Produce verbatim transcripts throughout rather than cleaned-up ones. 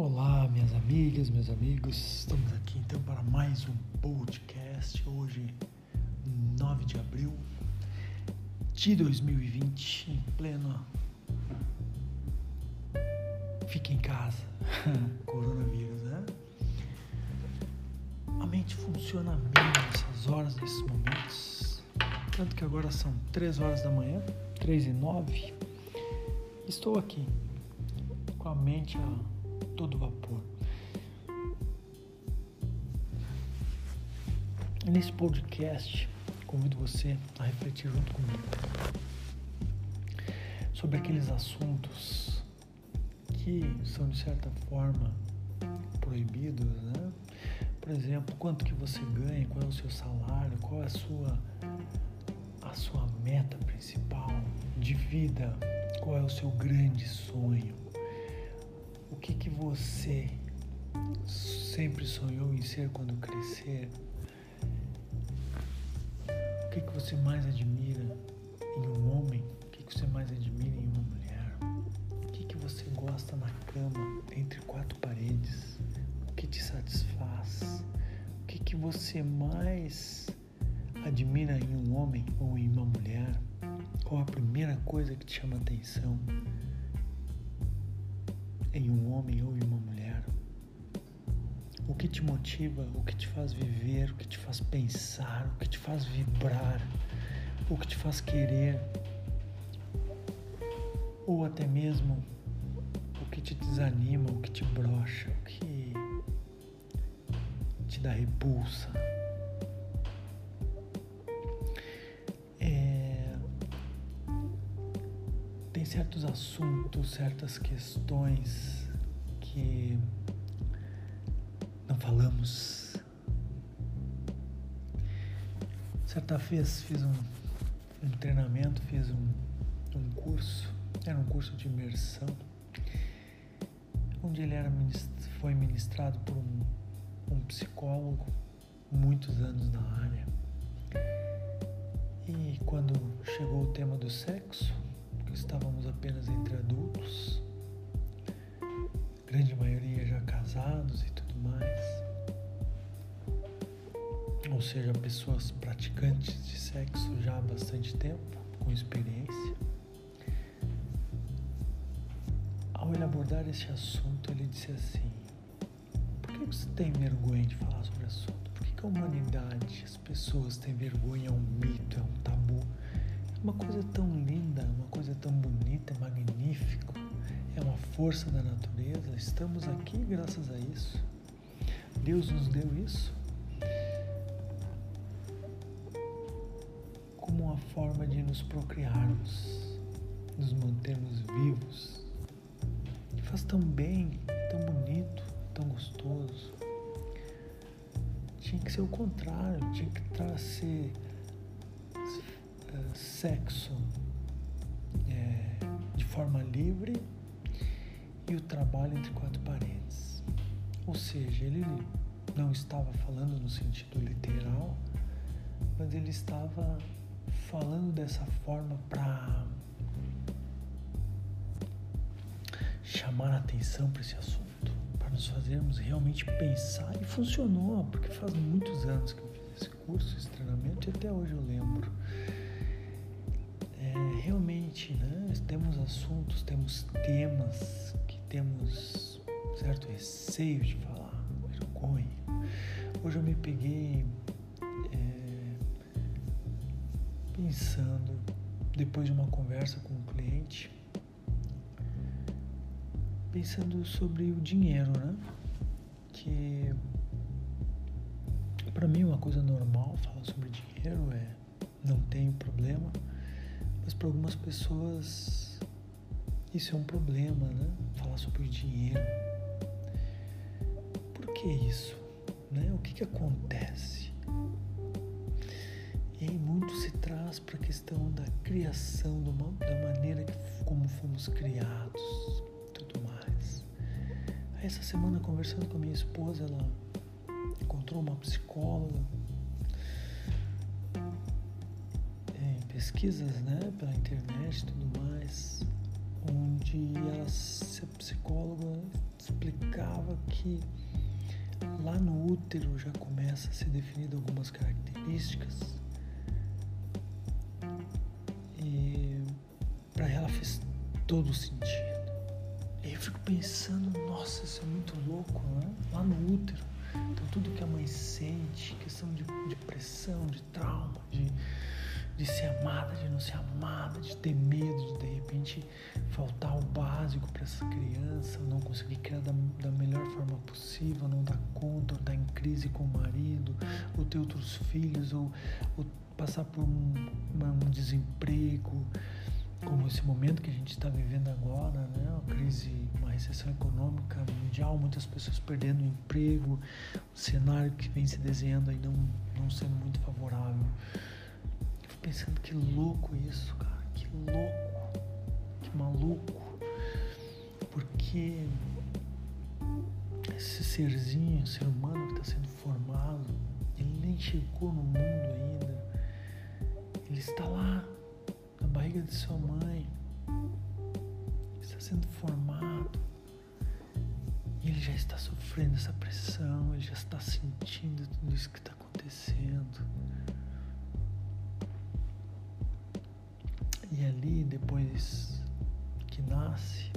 Olá, minhas amigas, meus amigos, estamos aqui então para mais um podcast, hoje nove de abril de dois mil e vinte, em pleno fica em casa, coronavírus, né? A mente funciona bem nessas horas, nesses momentos, tanto que agora são três horas da manhã, três e nove, estou aqui com a mente a todo vapor. Nesse podcast, convido você a refletir junto comigo sobre aqueles assuntos que são de certa forma proibidos, né? Por exemplo, quanto que você ganha, qual é o seu salário, qual é a sua, a sua meta principal de vida, qual é o seu grande sonho. O que que você sempre sonhou em ser quando crescer? O que que você mais admira em um homem? O que que você mais admira em uma mulher? O que que você gosta na cama, entre quatro paredes? O que te satisfaz? O que que você mais admira em um homem ou em uma mulher? Qual a primeira coisa que te chama a atenção em um homem ou em uma mulher? O que te motiva, o que te faz viver, o que te faz pensar, o que te faz vibrar, o que te faz querer, ou até mesmo o que te desanima, o que te brocha, o que te dá repulsa. É... Tem certos assuntos, certas questões que não falamos. Certa vez fiz um, um treinamento, fiz um, um curso, era um curso de imersão, onde ele era ministro, foi ministrado por um, um psicólogo, muitos anos na área. E quando chegou o tema do sexo, estávamos apenas entre adultos, grande maioria já casados e tudo mais, ou seja, pessoas praticantes de sexo já há bastante tempo, com experiência. Ao ele abordar esse assunto, ele disse assim: por que você tem vergonha de falar sobre o assunto? Por que a humanidade, as pessoas têm vergonha? É um mito, é um tabu. Uma coisa tão linda, uma coisa tão bonita, magnífico, é uma força da natureza. Estamos aqui graças a isso. Deus nos deu isso como uma forma de nos procriarmos, nos mantermos vivos. E faz tão bem, tão bonito, tão gostoso. Tinha que ser o contrário, tinha que trazer sexo é, de forma livre e o trabalho entre quatro paredes. Ou seja, ele não estava falando no sentido literal, mas ele estava falando dessa forma para chamar a atenção para esse assunto, para nos fazermos realmente pensar. E funcionou, porque faz muitos anos que eu fiz esse curso, esse treinamento, e até hoje eu lembro. É, realmente, né, temos assuntos, temos temas que temos certo receio de falar, vergonha. Hoje eu me peguei é, pensando, depois de uma conversa com um cliente, pensando sobre o dinheiro, né? Que para mim é uma coisa normal falar sobre dinheiro, é, não tem problema. Mas para algumas pessoas isso é um problema, né? Falar sobre dinheiro. Por que isso? Né? O que que acontece? E aí muito se traz para a questão da criação, do, da maneira que, como fomos criados, tudo mais. Aí essa semana, conversando com a minha esposa, ela encontrou uma psicóloga, pesquisas, né, pela internet e tudo mais, onde ela, a psicóloga explicava que lá no útero já começa a ser definido algumas características, e para ela fez todo sentido. E eu fico pensando, nossa, isso é muito louco, né? Lá no útero, então tudo que a mãe sente, questão de, de pressão, de trauma, de, de ser amada, de não ser amada, de ter medo, de de repente faltar o básico para essa criança, não conseguir criar da, da melhor forma possível, não dar conta, ou estar em crise com o marido, ou ter outros filhos, ou, ou passar por um, uma, um desemprego, como esse momento que a gente está vivendo agora, né? Uma crise, uma recessão econômica mundial, muitas pessoas perdendo o emprego, o cenário que vem se desenhando aí não, não sendo muito favorável. Eu fico pensando, que louco isso, cara, que louco, que maluco, porque esse serzinho, esse ser humano que está sendo formado, ele nem chegou no mundo ainda, ele está lá na barriga de sua mãe, está sendo formado, e ele já está sofrendo essa pressão, ele já está sentindo tudo isso que está acontecendo. E ali, depois que nasce,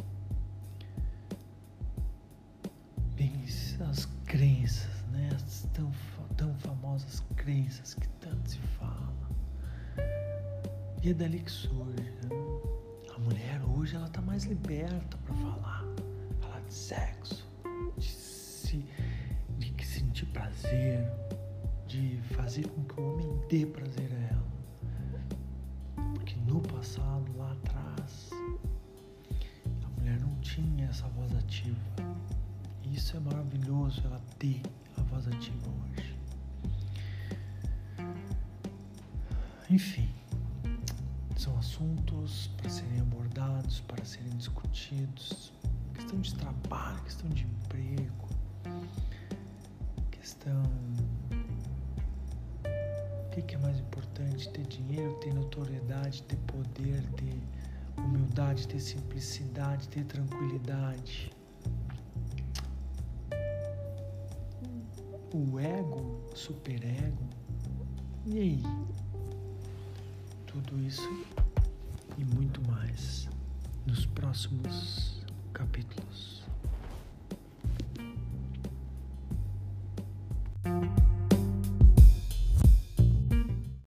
vem as crenças, né? As tão, tão famosas crenças que tanto se fala. E é dali que surge, né? A mulher hoje, ela está mais liberta para falar, falar de sexo, de, se, de sentir prazer, de fazer com que o homem dê prazer a ela. Porque no passado, lá atrás, a mulher não tinha essa voz ativa. E isso é maravilhoso, ela ter a voz ativa hoje. Enfim. São assuntos para serem abordados, para serem discutidos. Questão de trabalho, questão de emprego, questão... O que é mais importante? Ter dinheiro, ter notoriedade, ter poder, ter humildade, ter simplicidade, ter tranquilidade. O ego, o superego. E aí? Tudo isso e muito mais nos próximos capítulos.